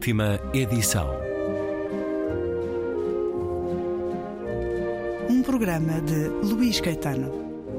última edição. Um programa de Luís Caetano.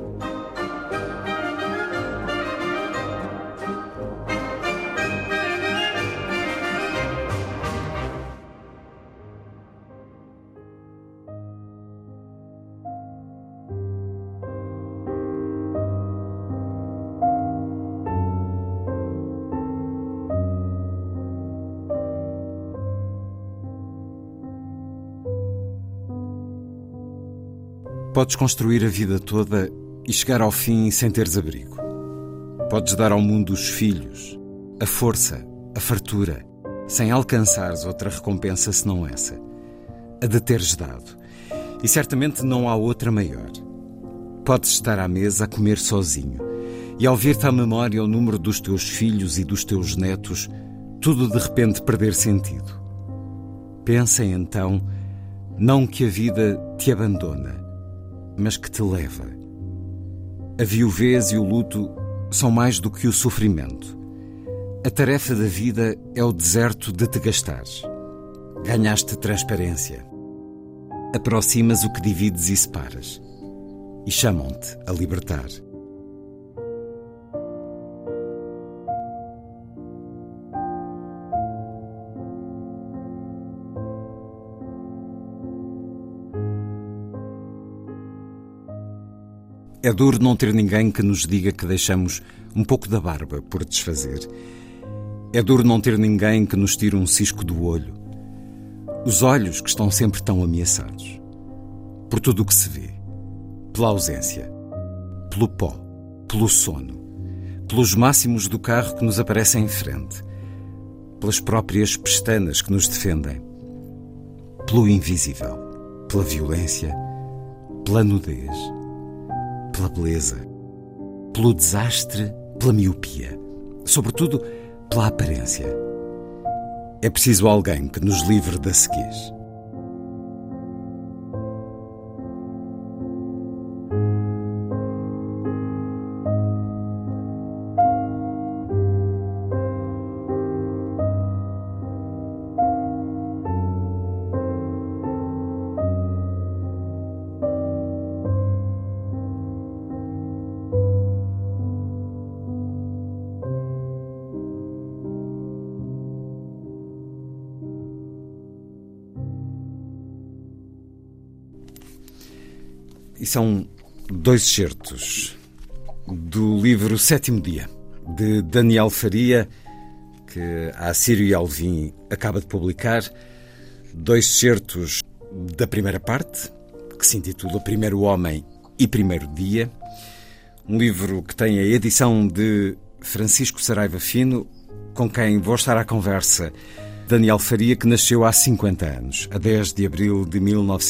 Podes construir a vida toda e chegar ao fim sem teres abrigo. Podes dar ao mundo os filhos, a força, a fartura, sem alcançares outra recompensa senão essa, a de teres dado. E certamente não há outra maior. Podes estar à mesa a comer sozinho e ao vir-te à memória o número dos teus filhos e dos teus netos, tudo de repente perder sentido. Pensa então, não que a vida te abandona, mas que te leva. A viuvez e o luto são mais do que o sofrimento. A tarefa da vida é o deserto de te gastares. Ganhaste transparência. Aproximas o que divides e separas. E chamam-te a libertar. É duro não ter ninguém que nos diga que deixamos um pouco da barba por desfazer. É duro não ter ninguém que nos tire um cisco do olho. Os olhos que estão sempre tão ameaçados. Por tudo o que se vê. Pela ausência. Pelo pó. Pelo sono. Pelos máximos do carro que nos aparecem em frente. Pelas próprias pestanas que nos defendem. Pelo invisível. Pela violência. Pela nudez. Pela beleza, pelo desastre, pela miopia, sobretudo pela aparência. É preciso alguém que nos livre da ceguez. E são dois excertos do livro Sétimo Dia, de Daniel Faria, que a Assírio Alvim acaba de publicar. Dois excertos da primeira parte, que se intitula Primeiro Homem e Primeiro Dia. Um livro que tem a edição de Francisco Saraiva Fino, com quem vou estar à conversa. Daniel Faria, que nasceu há 50 anos, a 10 de abril de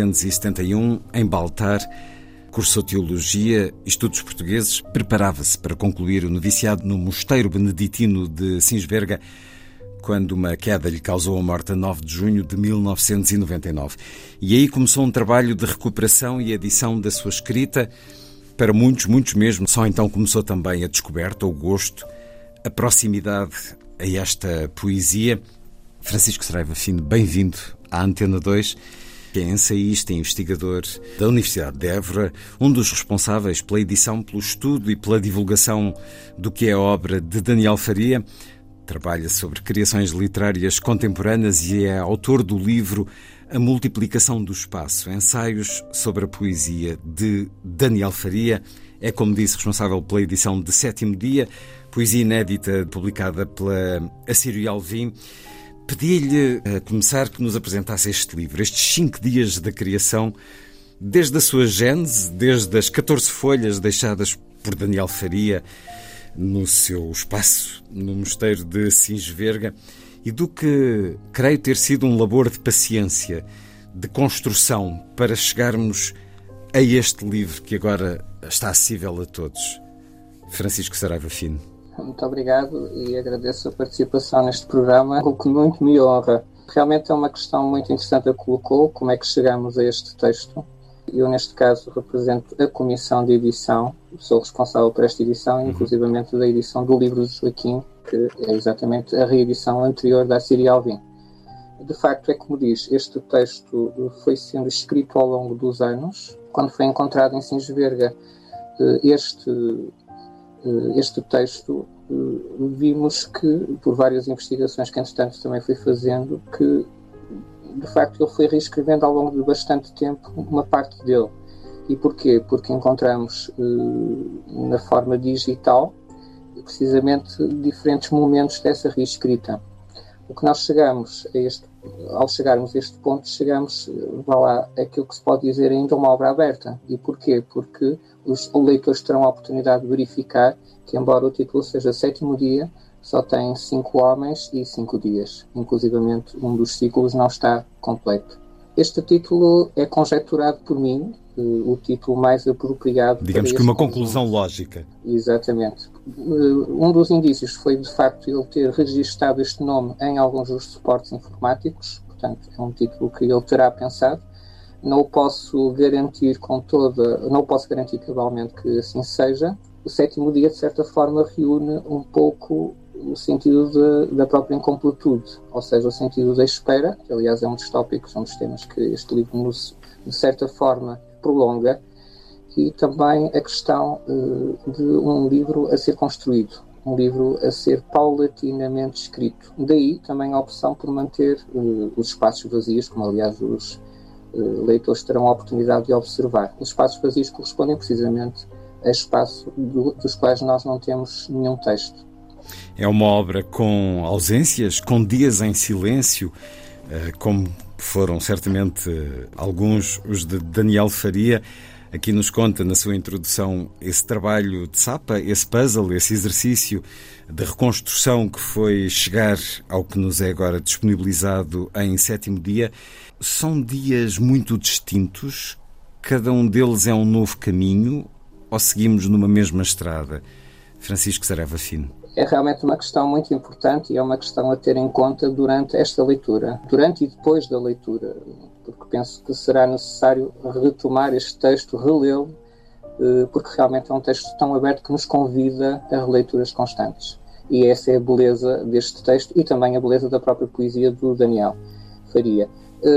1971, em Baltar. Cursou Teologia e Estudos Portugueses, preparava-se para concluir o noviciado no Mosteiro Beneditino de Sinsberga, quando uma queda lhe causou a morte a 9 de junho de 1999. E aí começou um trabalho de recuperação e edição da sua escrita. Para muitos mesmo, só então começou também a descoberta, o gosto, a proximidade a esta poesia. Francisco Saraiva Fino, bem-vindo à Antena 2. Que é ensaísta e investigador da Universidade de Évora, um dos responsáveis pela edição, pelo estudo e pela divulgação do que é a obra de Daniel Faria. Trabalha sobre criações literárias contemporâneas e é autor do livro A Multiplicação do Espaço, ensaios sobre a poesia de Daniel Faria. É, como disse, responsável pela edição de Sétimo Dia, poesia inédita publicada pela Assírio Alvim. Pedi-lhe, a começar, que nos apresentasse este livro, estes 5 dias da criação, desde a sua gênese, desde as 14 folhas deixadas por Daniel Faria no seu espaço, no mosteiro de Sinsberga, e do que creio ter sido um labor de paciência, de construção, para chegarmos a este livro que agora está acessível a todos. Francisco Saraiva Fino. Muito obrigado e agradeço a participação neste programa, o que muito me honra. Realmente é uma questão muito interessante a colocou, como é que chegamos a este texto. Eu, neste caso, represento a comissão de edição, sou responsável por esta edição, inclusivamente da edição do livro de Joaquim, que é exatamente a reedição anterior da Assírio Alvim. De facto, é como diz, este texto foi sendo escrito ao longo dos anos. Quando foi encontrado em Sinsberga este texto, vimos que, por várias investigações que entretanto também fui fazendo, que de facto ele foi reescrevendo ao longo de bastante tempo uma parte dele. E porquê? Porque encontramos na forma digital precisamente diferentes momentos dessa reescrita. O que nós chegamos ao chegarmos a este ponto, chegamos, aquilo que se pode dizer ainda uma obra aberta. E porquê? Porque os leitores terão a oportunidade de verificar que, embora o título seja Sétimo Dia, só tem 5 homens e 5 dias. Inclusivamente, um dos ciclos não está completo. Este título é conjecturado por mim, o título mais apropriado. Digamos que uma conclusão lógica. Exatamente. Um dos indícios foi, de facto, ele ter registado este nome em alguns dos suportes informáticos. Portanto, é um título que ele terá pensado. Não posso garantir cabalmente que assim seja. O Sétimo Dia, de certa forma, reúne um pouco o sentido da própria incompletude, ou seja, o sentido da espera, que aliás é um dos tópicos, um dos temas que este livro nos, de certa forma, prolonga, e também a questão de um livro a ser construído, um livro a ser paulatinamente escrito. Daí também a opção por manter os espaços vazios, como aliás os leitores terão a oportunidade de observar. Os espaços vazios correspondem precisamente a espaços dos quais nós não temos nenhum texto. É uma obra com ausências, com dias em silêncio, como foram certamente alguns os de Daniel Faria. Aqui nos conta na sua introdução esse trabalho de Sapa, esse puzzle, esse exercício de reconstrução que foi chegar ao que nos é agora disponibilizado em Sétimo Dia. São dias muito distintos, cada um deles é um novo caminho, ou seguimos numa mesma estrada? Francisco Saraiva Fino. É realmente uma questão muito importante e é uma questão a ter em conta durante esta leitura, durante e depois da leitura, porque penso que será necessário retomar este texto, relê-lo, porque realmente é um texto tão aberto que nos convida a releituras constantes. E essa é a beleza deste texto e também a beleza da própria poesia do Daniel Faria.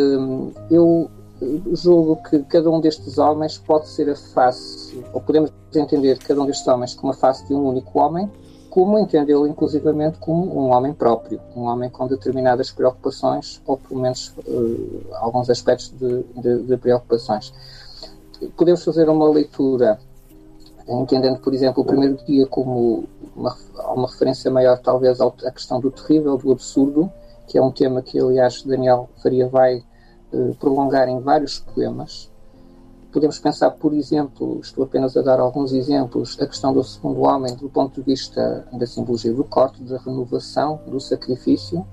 Eu julgo que cada um destes homens pode ser a face, ou podemos entender cada um destes homens como a face de um único homem, como entendê-lo inclusivamente como um homem próprio, um homem com determinadas preocupações, ou pelo menos alguns aspectos de preocupações. Podemos fazer uma leitura, entendendo, por exemplo, o primeiro dia como uma referência maior, talvez, à questão do terrível, do absurdo, que é um tema que, aliás, Daniel Faria vai prolongar em vários poemas. Podemos pensar, por exemplo, estou apenas a dar alguns exemplos, a questão do segundo homem do ponto de vista da simbologia do corte, da renovação, do sacrifício.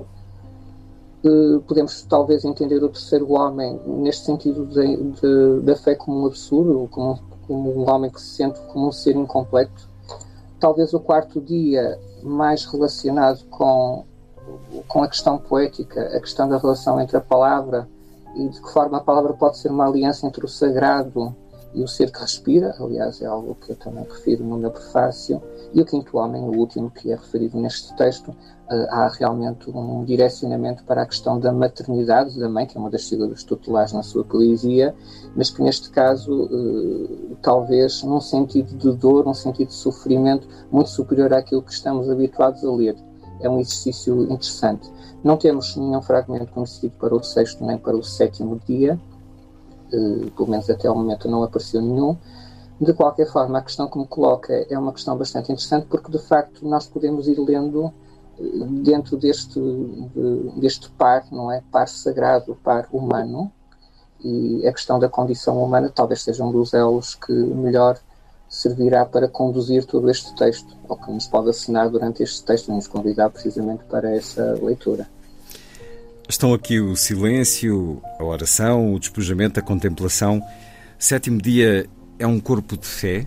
Podemos talvez entender o terceiro homem neste sentido da fé como um absurdo, como um homem que se sente como um ser incompleto. Talvez o quarto dia mais relacionado com a questão poética, a questão da relação entre a palavra e de que forma a palavra pode ser uma aliança entre o sagrado e o ser que respira, aliás é algo que eu também refiro no meu prefácio, e o quinto homem, o último que é referido neste texto, há realmente um direcionamento para a questão da maternidade da mãe, que é uma das figuras tutelares na sua poesia, mas que neste caso talvez num sentido de dor, num sentido de sofrimento muito superior àquilo que estamos habituados a ler. É um exercício interessante. Não temos nenhum fragmento conhecido para o sexto nem para o sétimo dia, pelo menos até ao momento não apareceu nenhum. De qualquer forma, a questão que me coloca é uma questão bastante interessante, porque de facto nós podemos ir lendo dentro deste par, não é? Par sagrado, par humano, e a questão da condição humana talvez seja um dos elos que melhor servirá para conduzir todo este texto, ou que nos pode assinar durante este texto e nos convidar precisamente para essa leitura. Estão aqui o silêncio, a oração, o despojamento, a contemplação. Sétimo dia é um corpo de fé?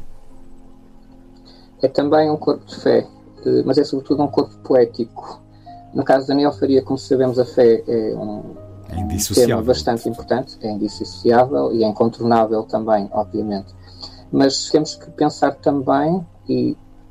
É também um corpo de fé, mas é sobretudo um corpo poético. No caso de Daniel Faria, como sabemos, a fé é um tema bastante importante, é indissociável e é incontornável também, obviamente. Mas temos que pensar também, e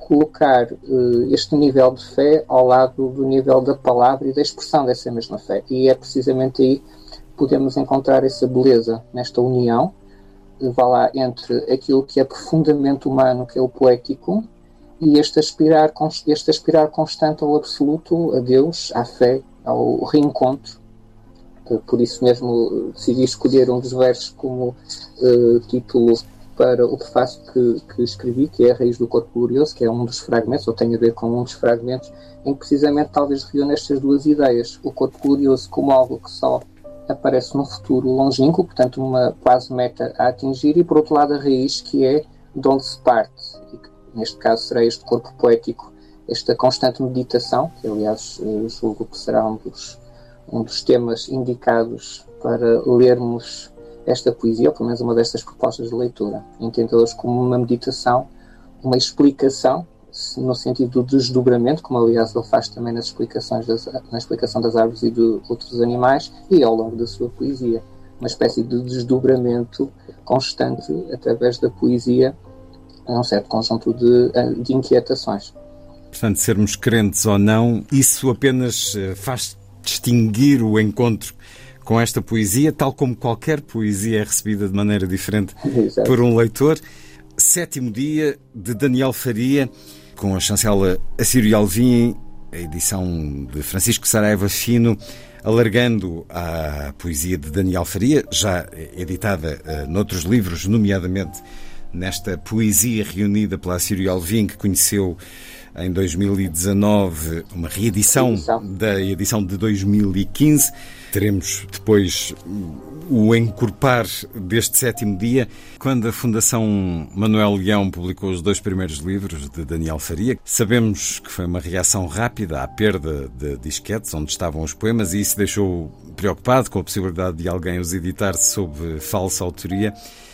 colocar este nível de fé ao lado do nível da palavra e da expressão dessa mesma fé. E é precisamente aí que podemos encontrar essa beleza, nesta união, vá lá, entre aquilo que é profundamente humano, que é o poético, e este aspirar constante ao absoluto, a Deus, à fé, ao reencontro. Por isso mesmo decidi escolher um dos versos como título para o prefácio que escrevi, que é A Raiz do Corpo Glorioso, que é um dos fragmentos, ou tem a ver com um dos fragmentos, em que precisamente talvez reúne estas duas ideias. O corpo glorioso como algo que só aparece num futuro longínquo, portanto uma quase meta a atingir, e por outro lado a raiz, que é de onde se parte, e que neste caso será este corpo poético, esta constante meditação, que aliás julgo que será um dos temas indicados para lermos esta poesia, ou pelo menos uma destas propostas de leitura. Entendê-las como uma meditação, uma explicação, no sentido do desdobramento, como aliás ele faz também na explicação das árvores e de outros animais, e ao longo da sua poesia. Uma espécie de desdobramento constante através da poesia, a um certo conjunto de inquietações. Portanto, sermos crentes ou não, isso apenas faz distinguir o encontro com esta poesia, tal como qualquer poesia é recebida de maneira diferente Exato. por um leitor. Sétimo Dia, de Daniel Faria, com a chancela Assírio Alvim, a edição de Francisco Saraiva Fino, alargando a poesia de Daniel Faria, já editada noutros livros, nomeadamente nesta poesia reunida pela Assírio Alvim, que conheceu em 2019 uma reedição da edição de 2015. Teremos depois o encorpar deste sétimo dia, quando a Fundação Manuel Leão publicou os 2 primeiros livros de Daniel Faria. Sabemos que foi uma reação rápida à perda de disquetes onde estavam os poemas, e isso deixou preocupado com a possibilidade de alguém os editar sob falsa autoria.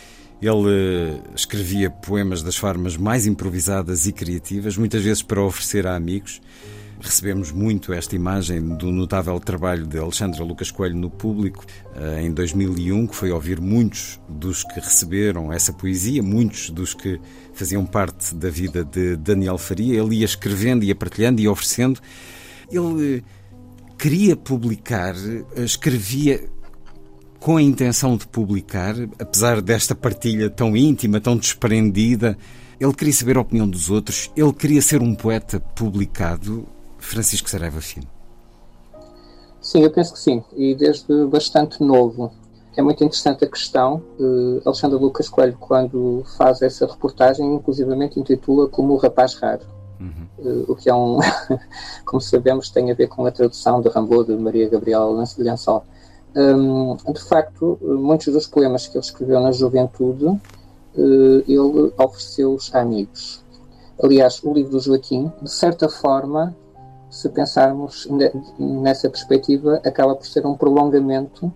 Ele escrevia poemas das formas mais improvisadas e criativas, muitas vezes para oferecer a amigos. Recebemos muito esta imagem do notável trabalho de Alexandra Lucas Coelho no Público, em 2001, que foi ouvir muitos dos que receberam essa poesia, muitos dos que faziam parte da vida de Daniel Faria. Ele ia escrevendo, ia partilhando e oferecendo. Ele queria publicar, escrevia com a intenção de publicar, apesar desta partilha tão íntima, tão desprendida. Ele queria saber a opinião dos outros, ele queria ser um poeta publicado. Francisco Saraiva Fino. Sim, eu penso que sim, e desde bastante novo. É muito interessante a questão. Alexandre Lucas Coelho, quando faz essa reportagem, inclusivamente intitula como O Rapaz Raro. O que é como sabemos, tem a ver com a tradução de Rimbaud, de Maria Gabriela Lençol. De facto, muitos dos poemas que ele escreveu na juventude, ele ofereceu-os a amigos. Aliás, o livro do Joaquim, de certa forma, se pensarmos nessa perspectiva, acaba por ser um prolongamento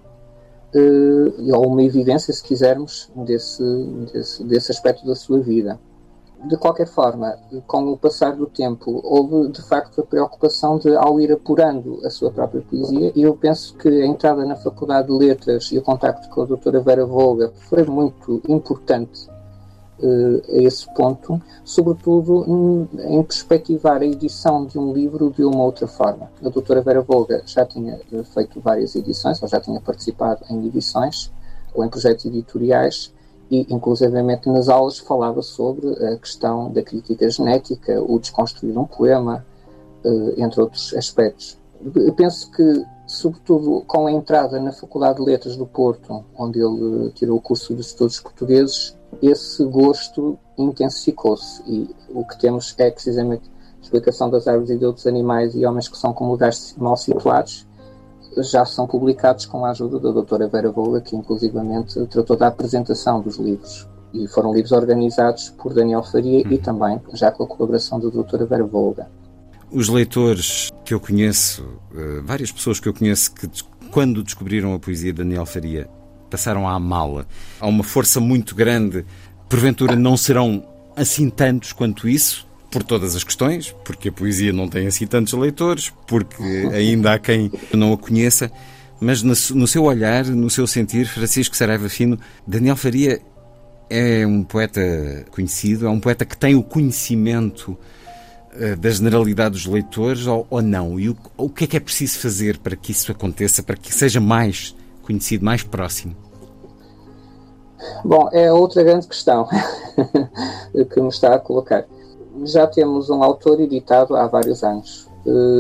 ou uma evidência, se quisermos, desse aspecto da sua vida. De qualquer forma, com o passar do tempo, houve de facto a preocupação de, ao ir apurando a sua própria poesia, e eu penso que a entrada na Faculdade de Letras e o contacto com a doutora Vera Volga foi muito importante a esse ponto, sobretudo em perspectivar a edição de um livro de uma outra forma. A doutora Vera Volga já tinha feito várias edições, ou já tinha participado em edições ou em projetos editoriais, e inclusivamente nas aulas falava sobre a questão da crítica genética, o desconstruir um poema, entre outros aspectos. Eu penso que, sobretudo com a entrada na Faculdade de Letras do Porto, onde ele tirou o curso de Estudos Portugueses, esse gosto intensificou-se, e o que temos é precisamente a explicação das árvores e de outros animais e homens que são como lugares mal situados, já são publicados com a ajuda da doutora Vera Volga, que inclusivamente tratou da apresentação dos livros, e foram livros organizados por Daniel Faria e também já com a colaboração da doutora Vera Volga. Os leitores que eu conheço, várias pessoas que eu conheço que quando descobriram a poesia de Daniel Faria passaram a amá-la. Há uma força muito grande. Porventura não serão assim tantos quanto isso, por todas as questões, porque a poesia não tem assim tantos leitores, porque ainda há quem não a conheça, mas no seu olhar, no seu sentir, Francisco Saraiva Fino, Daniel Faria é um poeta conhecido, é um poeta que tem o conhecimento da generalidade dos leitores ou não? E o que é preciso fazer para que isso aconteça, para que seja mais conhecido, mais próximo? Bom, é outra grande questão que me está a colocar. Já temos um autor editado há vários anos.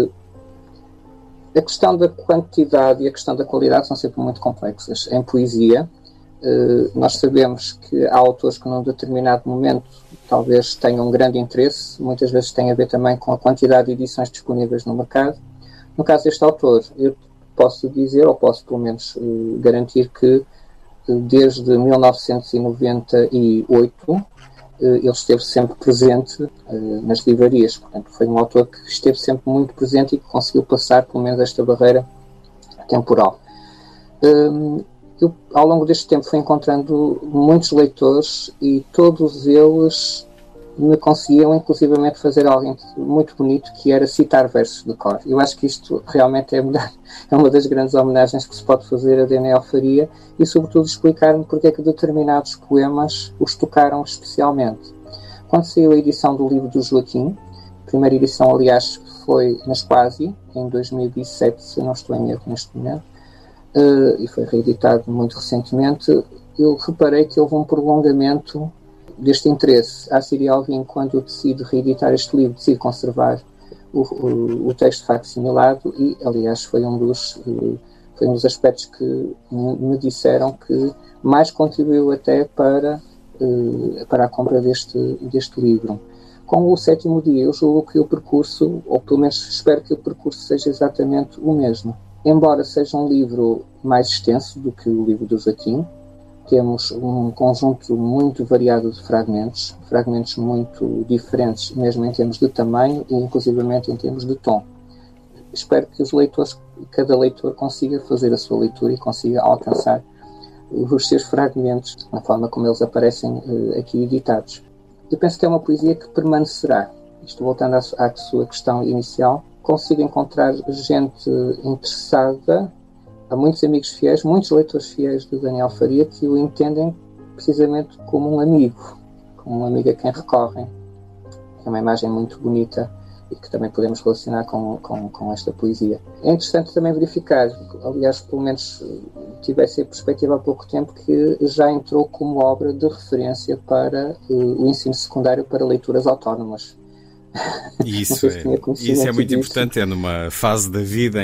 A questão da quantidade e a questão da qualidade são sempre muito complexas. Em poesia, nós sabemos que há autores que num determinado momento talvez tenham um grande interesse, muitas vezes tem a ver também com a quantidade de edições disponíveis no mercado. No caso deste autor, eu posso dizer, ou posso pelo menos garantir que desde 1998 ele esteve sempre presente nas livrarias. Portanto, foi um autor que esteve sempre muito presente e que conseguiu passar pelo menos esta barreira temporal. Eu, ao longo deste tempo, fui encontrando muitos leitores e todos eles me conseguiam, inclusivamente, fazer algo muito bonito, que era citar versos de cor. Eu acho que isto realmente é uma das grandes homenagens que se pode fazer a Daniel Faria e, sobretudo, explicar-me porque é que determinados poemas os tocaram especialmente. Quando saiu a edição do livro do Joaquim, a primeira edição, aliás, foi na Quasi, em 2007, se não estou em erro neste momento, e foi reeditado muito recentemente, eu reparei que houve um prolongamento deste interesse. A Síria Alvim, quando decide reeditar este livro, decide conservar o texto facsimilado e, aliás, foi um dos aspectos que me disseram que mais contribuiu até para a compra deste livro. Com o Sétimo Dia, eu julgo que o percurso, ou pelo menos espero que o percurso seja exatamente o mesmo. Embora seja um livro mais extenso do que o livro do Joaquim, temos um conjunto muito variado de fragmentos muito diferentes, mesmo em termos de tamanho e inclusivamente em termos de tom. Espero que cada leitor consiga fazer a sua leitura e consiga alcançar os seus fragmentos na forma como eles aparecem aqui editados. Eu penso que é uma poesia que permanecerá. Isto voltando à sua questão inicial, consigo encontrar gente interessada. Há muitos amigos fiéis, muitos leitores fiéis de Daniel Faria que o entendem precisamente como um amigo a quem recorrem. É uma imagem muito bonita e que também podemos relacionar com esta poesia. É interessante também verificar, aliás, pelo menos tive essa perspectiva há pouco tempo, que já entrou como obra de referência para o ensino secundário para leituras autónomas. Isso é muito importante, é numa fase da vida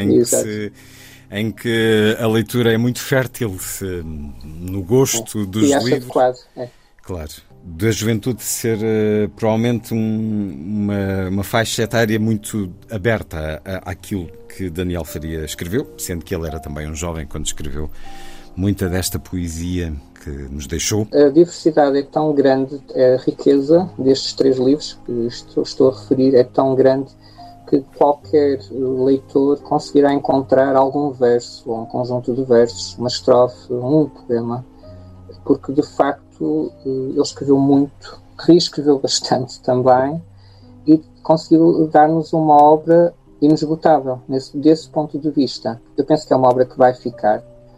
em que a leitura é muito fértil no gosto dos livros. Adequado, Claro. Da juventude ser provavelmente uma faixa etária muito aberta àquilo que Daniel Faria escreveu, sendo que ele era também um jovem quando escreveu muita desta poesia que nos deixou. A diversidade é tão grande, a riqueza destes 3 livros que estou a referir é tão grande que qualquer leitor conseguirá encontrar algum verso, ou um conjunto de versos, uma estrofe, um poema, porque de facto ele escreveu muito, reescreveu bastante também e conseguiu dar-nos uma obra inesgotável desse ponto de vista. Eu penso que é uma obra que vai ficar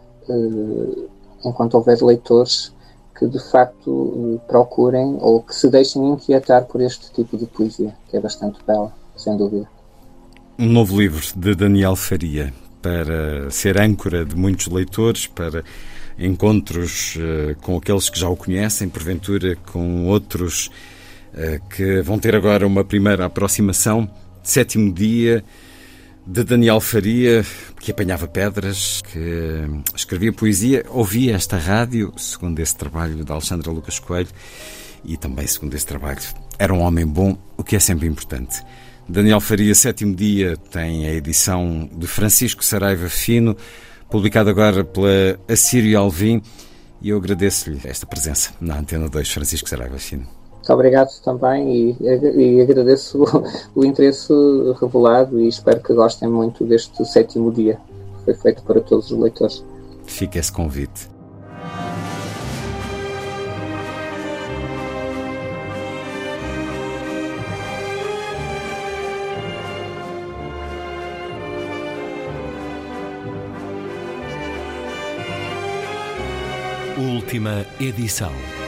enquanto houver leitores que de facto procurem ou que se deixem inquietar por este tipo de poesia, que é bastante bela, sem dúvida. Um novo livro de Daniel Faria para ser âncora de muitos leitores, para encontros com aqueles que já o conhecem, porventura com outros que vão ter agora uma primeira aproximação. Sétimo Dia, de Daniel Faria, que apanhava pedras, que escrevia poesia, ouvia esta rádio, segundo esse trabalho de Alexandra Lucas Coelho, e também segundo esse trabalho era um homem bom, o que é sempre importante. Daniel Faria, Sétimo Dia, tem a edição de Francisco Saraiva Fino, publicado agora pela Assírio Alvim, e eu agradeço-lhe esta presença na Antena 2, Francisco Saraiva Fino. Muito obrigado também e agradeço o interesse revelado e espero que gostem muito deste Sétimo Dia, que foi feito para todos os leitores. Fica esse convite. Última edição.